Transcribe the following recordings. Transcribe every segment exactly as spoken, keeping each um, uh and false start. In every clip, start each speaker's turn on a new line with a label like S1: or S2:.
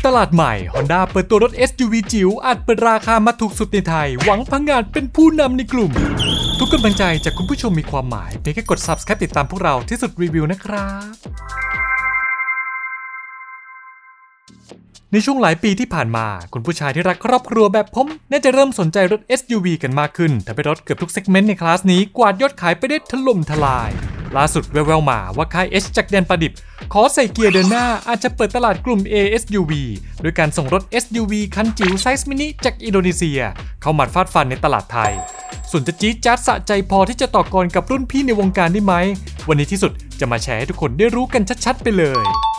S1: ตลาดใหม่ Honda เปิดตัวรถ เอส ยู วี จิ๋วอาจเปิดราคามาถูกสุดในไทยหวังพังงานเป็นผู้นำในกลุ่มทุกกำลังใจจากคุณผู้ชมมีความหมายเพียงแค่กด Subscribe ติดตามพวกเราที่สุดรีวิวนะครับในช่วงหลายปีที่ผ่านมาคุณผู้ชายที่รักครอบครัวแบบผมน่าจะเริ่มสนใจรถ เอส ยู วี กันมากขึ้นทำให้รถเกือบทุกเซกเมนต์ในคลาสนี้กวาดยอดขายไปได้ถล่มทลายล่าสุดแววๆมาว่าค่าย H จากแดนประดิบขอใส่เกียร์เดินหน้าอาจจะเปิดตลาดกลุ่ม เอ เอส ยู วี โดยการส่งรถ เอส ยู วี คันจิ๋วไซส์มินิจากอินโดนีเซียเข้ามาฟาดฟันในตลาดไทยส่วนจะจี๊ดจ๊าดสะใจพอที่จะต่อกรกับรุ่นพี่ในวงการได้ไหมวันนี้ที่สุดจะมาแชร์ให้ทุกคนได้รู้กันชัดๆไปเลย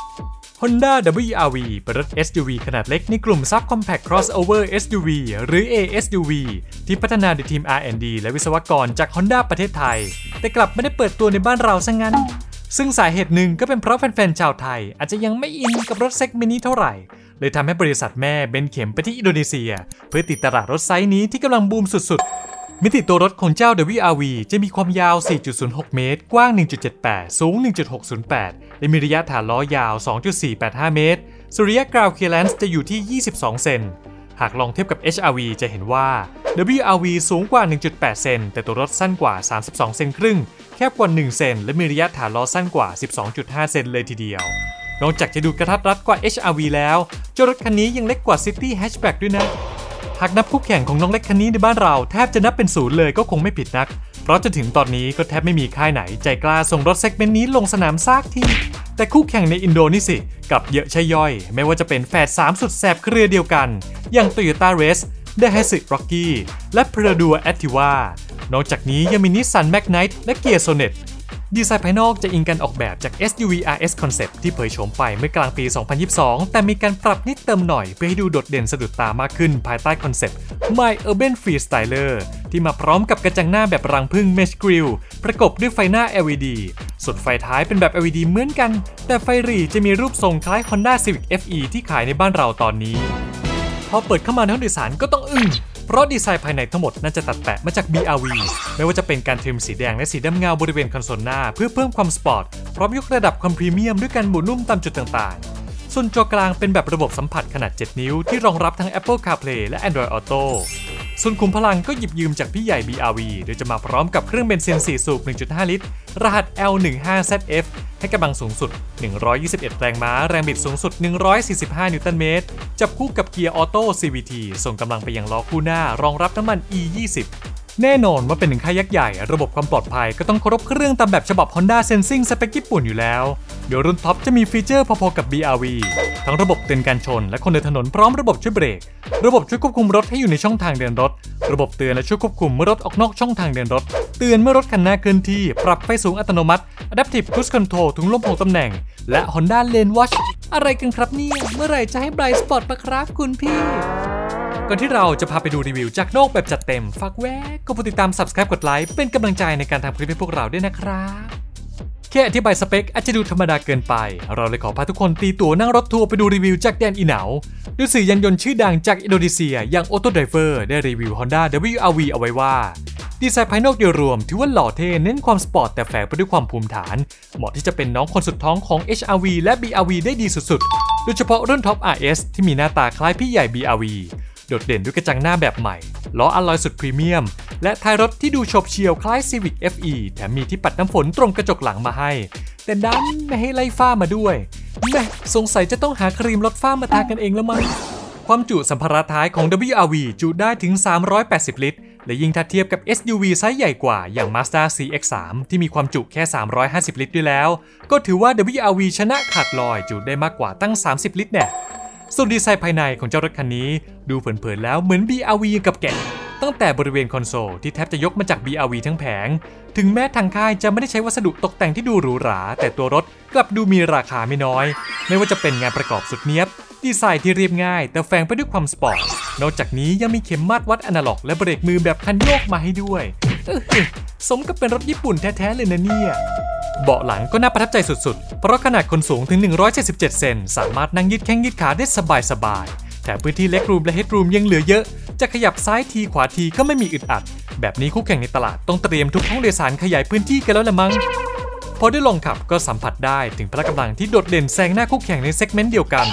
S1: Honda ดับเบิลยู อาร์ วี เป็นรถ เอส ยู วี ขนาดเล็กในกลุ่ม Subcompact Crossover เอส ยู วี หรือ เอ เอส ยู วี ที่พัฒนาโดยทีม อาร์ แอนด์ ดี และวิศวกรจาก Honda ประเทศไทยแต่กลับไม่ได้เปิดตัวในบ้านเราซะงั้นซึ่งสาเหตุหนึ่งก็เป็นเพราะแฟนๆชาวไทยอาจจะยังไม่อินกับรถเซกเมนต์นี้เท่าไหร่เลยทำให้บริษัทแม่เบนเข็มไปที่อินโดนีเซียเพื่อติดตลาดรถไซส์นี้ที่กำลังบูมสุดๆมิติตัวรถของเจ้า ดับเบิลยู อาร์ วี จะมีความยาว สี่จุดศูนย์หก เมตรกว้าง หนึ่งจุดเจ็ดแปด สูง หนึ่งจุดหกศูนย์แปด และมีระยะฐานล้อยาว สองจุดสี่แปดห้า เมตรส่วนระยะ Ground Clearance จะอยู่ที่ ยี่สิบสอง เซนหากลองเทียบกับ เอช อาร์ วี จะเห็นว่า ดับเบิลยู อาร์ วี สูงกว่า หนึ่งจุดแปด เซนแต่ตัวรถสั้นกว่า สามสิบสอง เซนครึ่งแคบกว่า หนึ่ง เซนและมีระยะฐานล้อสั้นกว่า สิบสองจุดห้า เซนเลยทีเดียวนอกจากจะดูกระทัดรัดกว่า เอช อาร์ วี แล้วเจ้ารถคันนี้ยังเล็กกว่า City Hatchback ด้วยนะหากนับคู่แข่งของน้องเล็กคันนี้ในบ้านเราแทบจะนับเป็นศูนย์เลยก็คงไม่ผิดนักเพราะจนถึงตอนนี้ก็แทบไม่มีค่ายไหนใจกล้าส่งรถเซกเมนต์นี้ลงสนามซากทีแต่คู่แข่งในอินโดนีเซียกับเยอะใช่ย่อยไม่ว่าจะเป็นแฝดสามสุดแสบเครือเดียวกันอย่าง Toyota Race Daihatsu Rocky และ Perodua Activa นอกจากนี้ยังมี Nissan Magnite และ Kia Sonetดีไซน์ภายนอกจะอิงการออกแบบจาก เอส ยู วี อาร์ เอส Concept ที่เผยโฉมไปเมื่อกลางปี สองพันยี่สิบสอง แต่มีการปรับนิดเติมหน่อยเพื่อให้ดูโดดเด่นสะดุดตามากขึ้นภายใต้คอนเซปต์ My Urban Freestyler ที่มาพร้อมกับกระจังหน้าแบบรังผึ้ง Mesh Grille ประกบด้วยไฟหน้า แอล อี ดี ส่วนไฟท้ายเป็นแบบ แอล อี ดี เหมือนกันแต่ไฟหรี่จะมีรูปทรงคล้าย Honda Civic เอฟ อี ที่ขายในบ้านเราตอนนี้พอเปิดเข้ามาในห้องโดยสารก็ต้องอึ้งเพราะดีไซน์ภายในทั้งหมดน่าจะตัดแปะมาจาก บี อาร์ วี ไม่ว่าจะเป็นการทริมสีแดงและสีดำเงาบริเวณคอนโซลหน้าเพื่อเพิ่มความสปอร์ตพร้อมยกระดับความพรีเมียมด้วยการหมุนนุ่มตามจุดต่างๆส่วนจอกลางเป็นแบบระบบสัมผัสขนาดเจ็ดนิ้วที่รองรับทั้ง Apple CarPlay และ Android Auto ส่วนขุมพลังก็หยิบยืมจากพี่ใหญ่ บี อาร์ วี โดยจะมาพร้อมกับเครื่องเบนซินสี่สูบ หนึ่งจุดห้า ลิตรรหัส แอล หนึ่งห้า แซด เอฟ ให้กำลังสูงสุดหนึ่งร้อยยี่สิบเอ็ดแรงม้าแรงบิดสูงสุดหนึ่งร้อยสี่สิบห้านิวตันเมตรจับคู่กับเกียร์ออโต้ ซี วี ที ส่งกำลังไปยังล้อคู่หน้ารองรับน้ำมัน อี ยี่สิบ แน่นอนว่าเป็นหนึ่งค่ายยักษ์ใหญ่ระบบความปลอดภัยก็ต้องเคารพเครื่องตามแบบฉบับ Honda Sensing สเปคญี่ปุ่นอยู่แล้วเดี๋ยวรุ่นท็อปจะมีฟีเจอร์พอๆกับ บี อาร์ วี ทั้งระบบเตือนการชนและคนเดินถนนพร้อมระบบช่วยเบรกระบบช่วยควบคุมรถให้อยู่ในช่องทางเดินรถระบบเตือนและช่วยควบคุมเมื่อรถออกนอกช่องทางเดินรถเตือนเมื่อรถคันหน้าเคลื่อนที่ปรับไฟสูงอัตโนมัติ Adaptive Cruise Control ถุงลมหกตำแหน่งและ Honda Lane Watch อะไรกันครับเนี่ยเมื่อไหร่จะให้ Bright Spot มาครับคุณพี่ก่อนที่เราจะพาไปดูรีวิวจากนอกแบบจัดเต็มฝากแวะกดติดตาม Subscribe กดไลค์เป็นกำลังใจในการทำคลิปให้พวกเราด้วยนะครับแค่อธิบายสเปคอาจจะดูธรรมดาเกินไปเราเลยขอพาทุกคนตีตั๋วนั่งรถทัวร์ไปดูรีวิวจากแดนอีเหนาโดยสื่อยานยนต์ชื่อดังจากอินโดนีเซียอย่าง Auto Driver ได้รีวิว Honda ดับเบิลยู อาร์ วี เอาไว้ว่าดีไซน์ภายนอกโดยรวมถือว่าหล่อเท่เน้นความสปอร์ตแต่แฝงไปด้วยความภูมิฐานเหมาะที่จะเป็นน้องคนสุดท้องของ เอช อาร์ วี และ บี อาร์ วี ได้ดีสุดๆโดยเฉพาะรุ่น Top อาร์ เอส ที่มีหน้าตาคล้ายพี่ใหญ่ บี อาร์ วี โดดเด่นด้วยกระจังหน้าแบบใหม่ล้ออะลอยสุดพรีเมียมและท้ายรถที่ดูโฉบเฉี่ยวคล้าย Civic เอฟ อี แถมมีที่ปัดน้ำฝนตรงกระจกหลังมาให้แต่ดันไม่ให้ไล่ฝ้ามาด้วยแม่สงสัยจะต้องหาครีมลดฝ้ามาทากันเองแล้วมั้งความจุสัมภาระท้ายของ ดับเบิลยู อาร์ วี จุได้ถึงสามร้อยแปดสิบลิตรและยิ่งถ้าเทียบกับ เอส ยู วี ไซส์ใหญ่กว่าอย่าง Mazda ซี เอ็กซ์ สาม ที่มีความจุแค่สามร้อยห้าสิบลิตรด้วยแล้วก็ถือว่า ดับเบิลยู อาร์ วี ชนะขาดลอยจุได้มากกว่าตั้งสามสิบลิตรแน่ส่วนดีไซน์ภายในของเจ้ารถคันนี้ดูเผินๆแล้วเหมือน บี อาร์ วี กับแกะตั้งแต่บริเวณคอนโซลที่แทบจะยกมาจาก บี อาร์ วี ทั้งแผงถึงแม้ทางค่ายจะไม่ได้ใช้วัสดุตกแต่งที่ดูหรูหราแต่ตัวรถกลับดูมีราคาไม่น้อยไม่ว่าจะเป็นงานประกอบสุดเนี๊ยบดีไซน์ที่เรียบง่ายแต่แฝงไปด้วยความสปอร์ตนอกจากนี้ยังมีเข็มมาตรวัดอนาล็อกและเบรกมือแบบคันโยกมาให้ด้วยสมกับเป็นรถญี่ปุ่นแท้ๆเลยนะเนี่ยเบาะหลังก็น่าประทับใจสุดๆเพราะขนาดคนสูงถึงหนึ่งร้อยเจ็ดสิบเจ็ดเซนสามารถนั่งยืดแข้งยืดขาได้สบายๆแถมพื้นที่เล็กรูมและเฮดรูมยังเหลือเยอะจะขยับซ้ายทีขวาทีก็ไม่มีอึดอัดแบบนี้คู่แข่งในตลาดต้องเตรียมทุกห้องโดยสารขยายพื้นที่กันแล้วละมั้งพอได้ลองขับก็สัมผัสได้ถึงพละกำลังที่โดดเด่นแซงหน้าคู่แข่งในเซกเมนต์เดียวกัน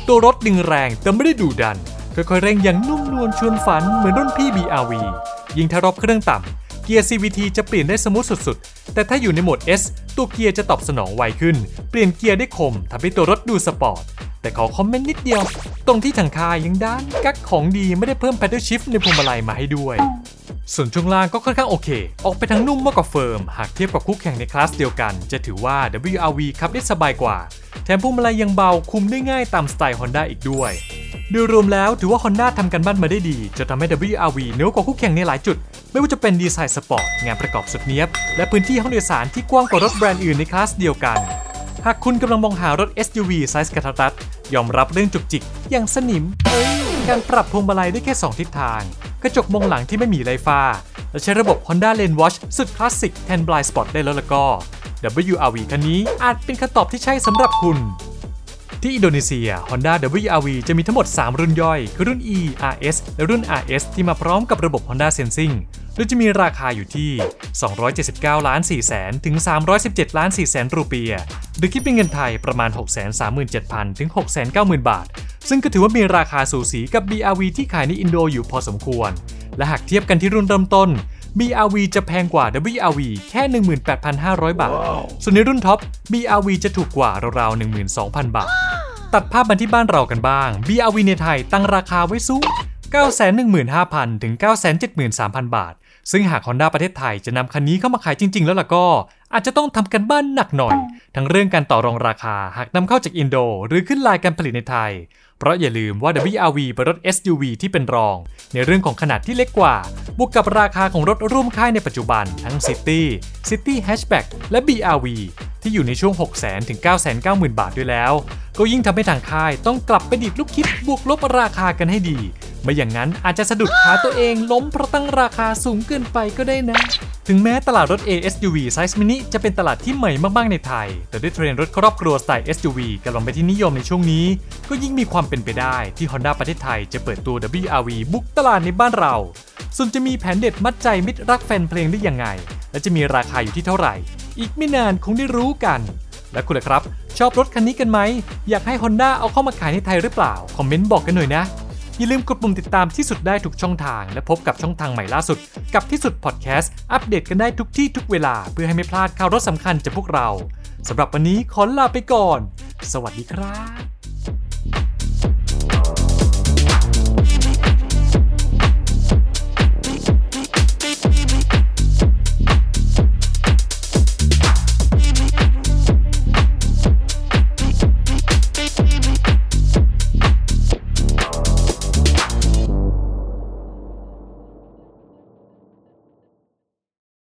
S1: ตัวรถดึงแรงแต่ไม่ได้ดุดันค่อยๆเร่งอย่างนุ่มนวลชวนฝันเหมือนรุ่นพี่ บี อาร์ วี ยิ่งถ้ารอบเครื่องต่ำเกียร์ ซี วี ที จะเปลี่ยนได้สมูทสุดๆแต่ถ้าอยู่ในโหมด S ตัวเกียร์จะตอบสนองไวขึ้นเปลี่ยนเกียร์ได้คมทำให้ตัวรถดูสปอร์ตแต่ขอคอมเมนต์นิดเดียวตรงที่ทางค่ายยังด้านกักของดีไม่ได้เพิ่ม Paddle Shift ในพวงมาลัยมาให้ด้วยส่วนช่วงล่างก็ค่อนข้างโอเคออกไปทางนุ่มมากกว่าเฟิร์มหากเทียบกับคู่แข่งในคลาสเดียวกันจะถือว่า ดับเบิลยู อาร์ วี ขับได้สบายกว่าแถมพวงมาลัยยังเบาคุมได้ง่ายตามสไตล์ Honda อีกด้วยโดยรวมแล้วถือว่า Honda ทำกันบ้านมาได้ดีจนทำให้ ดับเบิลยู อาร์ วี เหนือกว่าคู่แข่งในหลายจุดไม่ว่าจะเป็นดีไซน์สปอร์ตงานประกอบสุดเนี๊ยบและพื้นที่ห้องโดยสารที่กว้างกว่ารถแบรนด์อื่นในคลาสเดียวกันหากคุณกำลังมองหารถ เอส ยู วี ไซส์กระทัดรัดยอมรับเรื่องจุกจิกอย่างสนิมเอ้ยการปรับพวงมาลัยได้แค่สองทิศทางกระจกมองหลังที่ไม่มีไลฟ้าและใช้ระบบ Honda Lane Watch สุดคลาสสิกแทน Blind Spot ได้แล้วล่ะก็ ดับเบิลยู อาร์ วี คันนี้อาจเป็นคำตอบที่ใช่สำหรับคุณที่อินโดนีเซีย Honda ดับเบิลยู อาร์ วี จะมีทั้งหมดสามรุ่นย่อยคือรุ่น E อาร์ เอส และรุ่น อาร์ เอส ที่มาพร้อมกับระบบ Honda Sensing โดยจะมีราคาอยู่ที่สองร้อยเจ็ดสิบเก้าล้านสี่แสนถึงสามร้อยสิบเจ็ดล้านสี่แสนรูเปียห์หรือคิดเป็นเงินไทยประมาณ หกแสนสามหมื่นเจ็ดพัน ถึง หกแสนเก้าหมื่น บาทซึ่งก็ถือว่ามีราคาสูสีกับ บี อาร์ วี ที่ขายในอินโดอยู่พอสมควรและหากเทียบกันที่รุ่นเริ่มต้น บี อาร์ วี จะแพงกว่า ดับเบิลยู อาร์ วี แค่ หนึ่งหมื่นแปดพันห้าร้อย บาท wow. ส่วนในรุ่นท็อป บี อาร์ วี จะถูกกว่าราวๆ หนึ่งหมื่นสองพัน บาท ตัดภาพมาที่บ้านเรากันบ้าง บี อาร์ วี ในไทยตั้งราคาไว้สูง เก้าแสนหนึ่งหมื่นห้าพัน ถึง เก้าแสนเจ็ดหมื่นสามพัน บาทซึ่งหาก Honda ประเทศไทยจะนำคันนี้เข้ามาขายจริงๆแล้วล่ะก็อาจจะต้องทำกันบ้านหนักหน่อยทั้งเรื่องการต่อรองราคาหากนำเข้าจากอินโดหรือขึ้นลายการผลิตในไทยเพราะอย่าลืมว่า ดับเบิลยู อาร์ วี เป็นรถ เอส ยู วี ที่เป็นรองในเรื่องของขนาดที่เล็กกว่าบวกกับราคาของรถร่วมค่ายในปัจจุบันทั้ง City City Hatchback และ บี อาร์ วี ที่อยู่ในช่วง หกแสน ถึง เก้าแสนเก้าหมื่น บาทด้วยแล้วก็ยิ่งทำให้ทางค่ายต้องกลับไปดิดลูกคิดบวกลบราคากันให้ดีไม่อย่างนั้นอาจจะสะดุดขาตัวเองล้มเพราะตั้งราคาสูงเกินไปก็ได้นะถึงแม้ตลาดรถ เอ เอส ยู วี ไซส์มินิจะเป็นตลาดที่ใหม่มากๆในไทยแต่ด้วยเทรนด์รถครอบครัวสไตล์ เอส ยู วี กำลังเป็นที่นิยมในช่วงนี้ก็ยิ่งมีความเป็นไปได้ที่ Honda ประเทศไทยจะเปิดตัว ดับเบิลยู อาร์ วี บุกตลาดในบ้านเราส่วนจะมีแผนเด็ดมัดใจมิตรรักแฟนเพลงได้ยังไงและจะมีราคาอยู่ที่เท่าไหร่อีกไม่นานคงได้รู้กันและคุณล่ะครับชอบรถคันนี้กันไหมอยากให้ Honda เอาเข้ามาขายในไทยหรือเปล่าคอมเมนต์บอกกันหน่อยนะอย่าลืมกดปุ่มติดตามที่สุดได้ทุกช่องทางและพบกับช่องทางใหม่ล่าสุดกับที่สุดพอดแคสต์อัปเดตกันได้ทุกที่ทุกเวลาเพื่อให้ไม่พลาดข่าวรถสำคัญจากพวกเราสำหรับวันนี้ขอลาไปก่อนสวัสดีครับ